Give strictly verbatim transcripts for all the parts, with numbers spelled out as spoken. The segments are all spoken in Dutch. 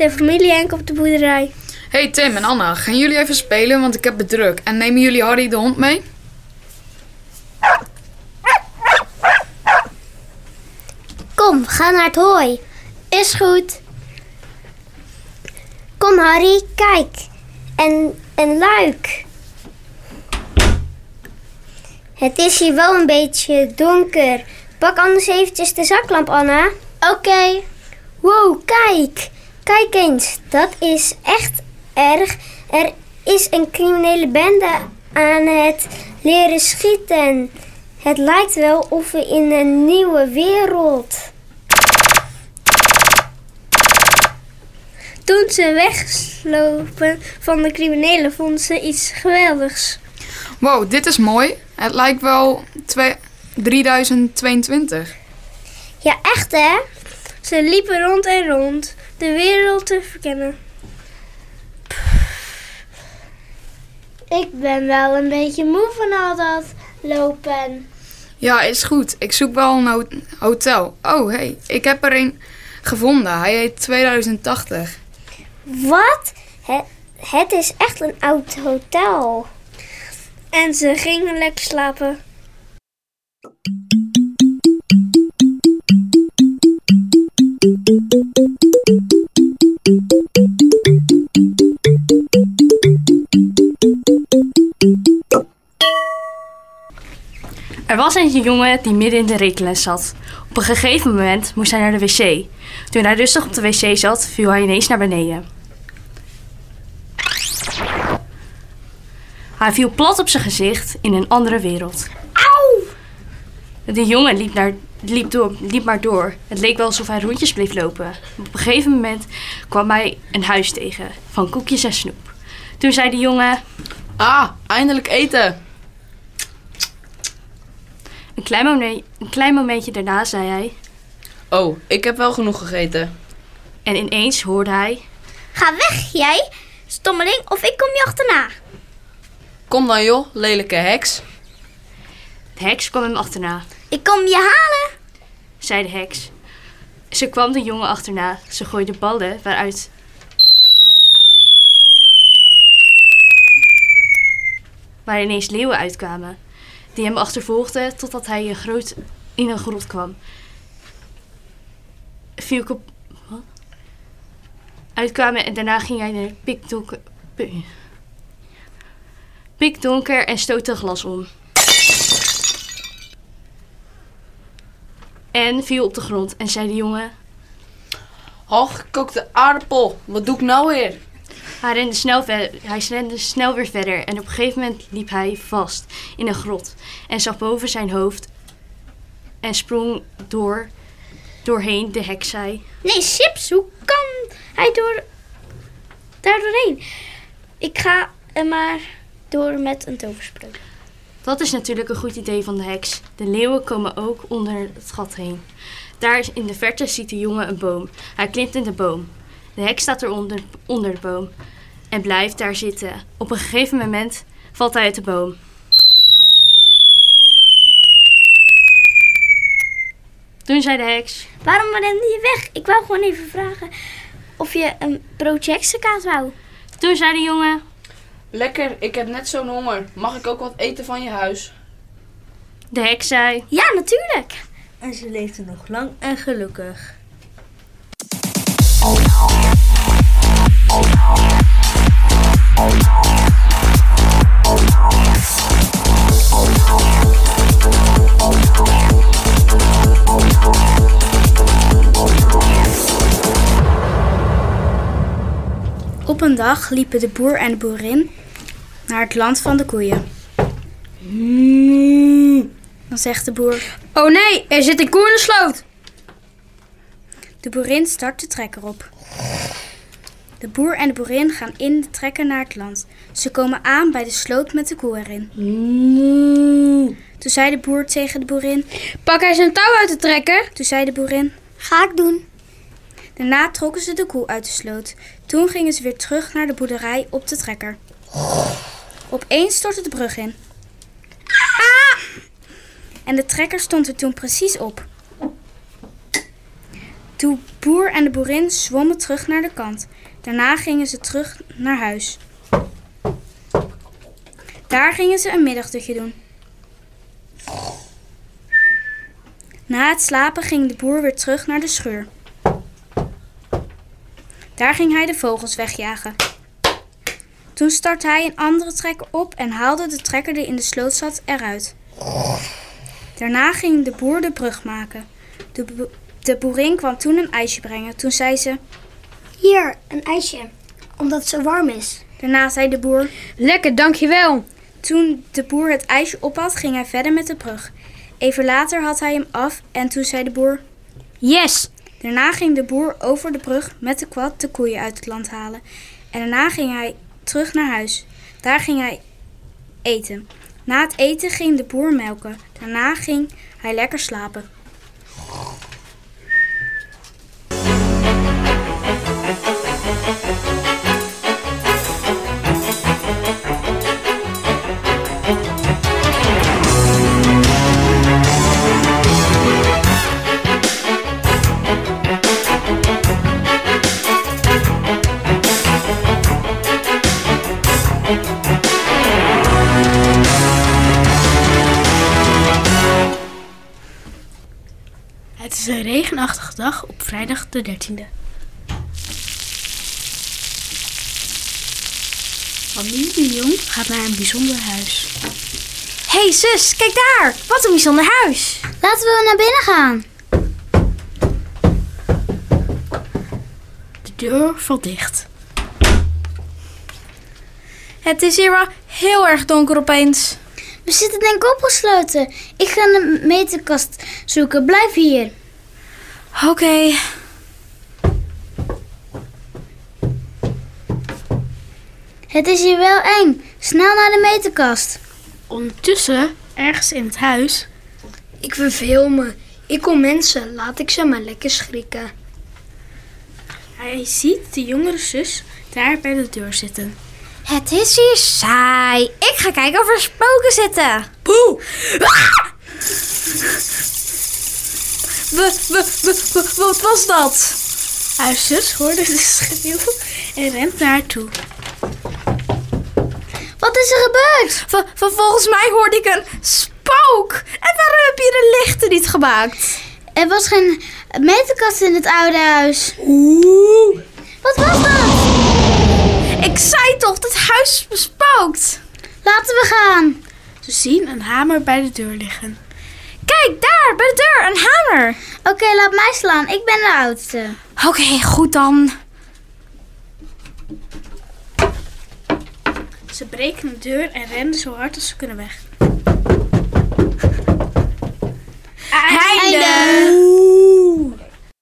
de familie Henk op de boerderij. Hey Tim en Anna, gaan jullie even spelen, want ik heb het druk. En nemen jullie Harry de hond mee? Kom, ga naar het hooi. Is goed. Kom Harry, kijk. En een luik. Het is hier wel een beetje donker. Pak anders eventjes de zaklamp, Anna. Oké. Okay. Wow, kijk. Kijk eens. Dat is echt erg. Er is een criminele bende aan het leren schieten. Het lijkt wel of we in een nieuwe wereld. Toen ze wegslopen van de criminelen vonden ze iets geweldigs. Wow, dit is mooi. Het lijkt wel tweeduizend tweeëntwintig. Ja, echt hè? Ze liepen rond en rond de wereld te verkennen. Ik ben wel een beetje moe van al dat lopen. Ja, is goed. Ik zoek wel een ho- hotel. Oh, hé. Hey, ik heb er een gevonden. Hij heet tweeduizend tachtig. Wat? Het, het is echt een oud hotel. En ze gingen lekker slapen. Er was eens een jongen die midden in de rekenles zat. Op een gegeven moment moest hij naar de wc. Toen hij rustig op de wc zat, viel hij ineens naar beneden. Hij viel plat op zijn gezicht in een andere wereld. Auw! De jongen liep, naar, liep, door, liep maar door. Het leek wel alsof hij rondjes bleef lopen. Op een gegeven moment kwam hij een huis tegen van koekjes en snoep. Toen zei de jongen... Ah, eindelijk eten! Een klein, momen, een klein momentje daarna zei hij... Oh, ik heb wel genoeg gegeten. En ineens hoorde hij... Ga weg, jij, stommeling, of ik kom je achterna. Kom dan joh, lelijke heks. De heks kwam hem achterna. Ik kom je halen, zei de heks. Ze kwam de jongen achterna. Ze gooide ballen waaruit... waar ineens leeuwen uitkwamen. Die hem achtervolgden totdat hij een groot in een grot kwam. Viel op... Wat? Uitkwamen en daarna ging hij naar pikdonker... pikdonker en stootte glas om. En viel op de grond en zei de jongen... Hooggekookte aardappel, wat doe ik nou weer? Hij rende, snel ver- hij rende snel weer verder en op een gegeven moment liep hij vast in een grot. En zag boven zijn hoofd en sprong door, doorheen. De heks zei... Nee, Chips, hoe kan hij door, daar doorheen? Ik ga er maar door met een toverspreuk. Dat is natuurlijk een goed idee van de heks. De leeuwen komen ook onder het gat heen. Daar in de verte ziet de jongen een boom. Hij klimt in de boom. De heks staat eronder onder de boom en blijft daar zitten. Op een gegeven moment valt hij uit de boom. Toen zei de heks... Waarom rende je weg? Ik wou gewoon even vragen of je een broodje heksenkaas wou. Toen zei de jongen... Lekker, ik heb net zo'n honger. Mag ik ook wat eten van je huis? De heks zei... Ja, natuurlijk. En ze leefden nog lang en gelukkig. Op een dag liepen de boer en de boerin naar het land van de koeien. Dan zegt de boer... Oh nee, er zit een koe in de sloot. De boerin start de trekker op. De boer en de boerin gaan in de trekker naar het land. Ze komen aan bij de sloot met de koe erin. Toen zei de boer tegen de boerin... Pak hij zijn touw uit de trekker. Toen zei de boerin... Ga ik doen. Daarna trokken ze de koe uit de sloot. Toen gingen ze weer terug naar de boerderij op de trekker. Opeens stortte de brug in. En de trekker stond er toen precies op. De boer en de boerin zwommen terug naar de kant. Daarna gingen ze terug naar huis. Daar gingen ze een middagdutje doen. Na het slapen ging de boer weer terug naar de schuur. Daar ging hij de vogels wegjagen. Toen startte hij een andere trekker op en haalde de trekker die in de sloot zat eruit. Daarna ging de boer de brug maken. De, bo- de boerin kwam toen een ijsje brengen. Toen zei ze: Hier, een ijsje. Omdat het zo warm is. Daarna zei de boer: Lekker, dankjewel. Toen de boer het ijsje op had, ging hij verder met de brug. Even later had hij hem af en toen zei de boer: Yes. Daarna ging de boer over de brug met de kwad de koeien uit het land halen. En daarna ging hij terug naar huis. Daar ging hij eten. Na het eten ging de boer melken. Daarna ging hij lekker slapen. Het is een regenachtige dag op vrijdag de dertiende. Amelie de Jong gaat naar een bijzonder huis. Hé hey, zus, kijk daar. Wat een bijzonder huis. Laten we naar binnen gaan. De deur valt dicht. Het is hier wel heel erg donker opeens. We zitten denk ik opgesloten. Ik ga een meterkast zoeken. Blijf hier. Oké. Okay. Het is hier wel eng. Snel naar de meterkast. Ondertussen, ergens in het huis, Ik verveel me. Ik kom mensen. Laat ik ze maar lekker schrikken. hij ziet de jongere zus daar bij de deur zitten. Het is hier saai. Ik ga kijken of er spoken zitten. Poe! Ah! We, we, we, we, wat was dat? Haar zus hoorde de schreeuw en rent naar haar toe. Wat is er gebeurd? V- v- volgens mij hoorde ik een spook. En waarom heb je de lichten niet gemaakt? Er was geen meterkast in het oude huis. Oeh. Wat was dat? Ik zei toch, dat huis spookt. Laten we gaan. Ze zien een hamer bij de deur liggen. Kijk, daar, bij de deur, een hamer. Oké, laat mij slaan. Ik ben de oudste. Oké, okay, goed dan. Ze breken de deur en rennen zo hard als ze kunnen weg. Einde. Oeh.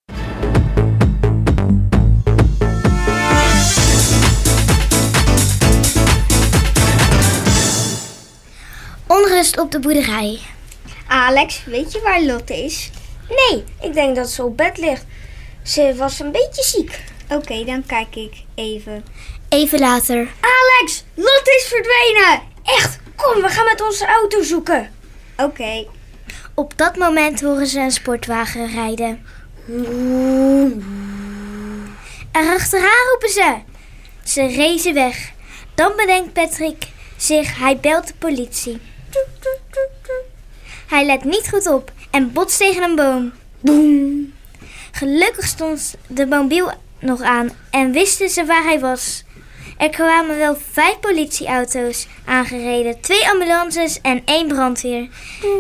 Onrust op de boerderij. Alex, weet je waar Lotte is? Nee, ik denk dat ze op bed ligt. Ze was een beetje ziek. Oké, okay, dan kijk ik even. Even later. Alex, Lotte is verdwenen. Echt, kom, we gaan met onze auto zoeken. Oké. Okay. Op dat moment horen ze een sportwagen rijden. En achteraan roepen ze. Ze racen weg. Dan bedenkt Patrick zich, hij belt de politie. Hij let niet goed op en botst tegen een boom. Boom. Gelukkig stond de mobiel nog aan en wisten ze waar hij was. Er kwamen wel vijf politieauto's aangereden, twee ambulances en één brandweer.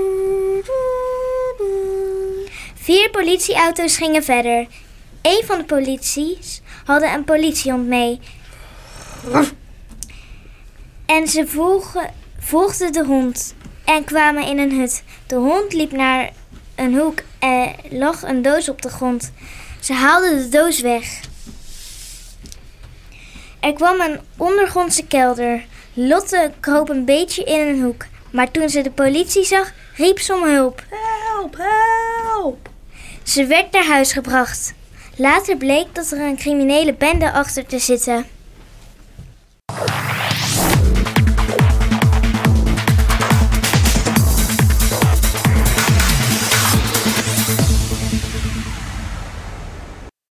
Vier politieauto's gingen verder. Eén van de polities hadden een politiehond mee. En ze volgen, volgden de hond en kwamen in een hut. De hond liep naar een hoek. Er lag een doos op de grond. Ze haalden de doos weg. Er kwam een ondergrondse kelder. Lotte kroop een beetje in een hoek. Maar toen ze de politie zag, riep ze om hulp. Help, help! Ze werd naar huis gebracht. Later bleek dat er een criminele bende achter te zitten.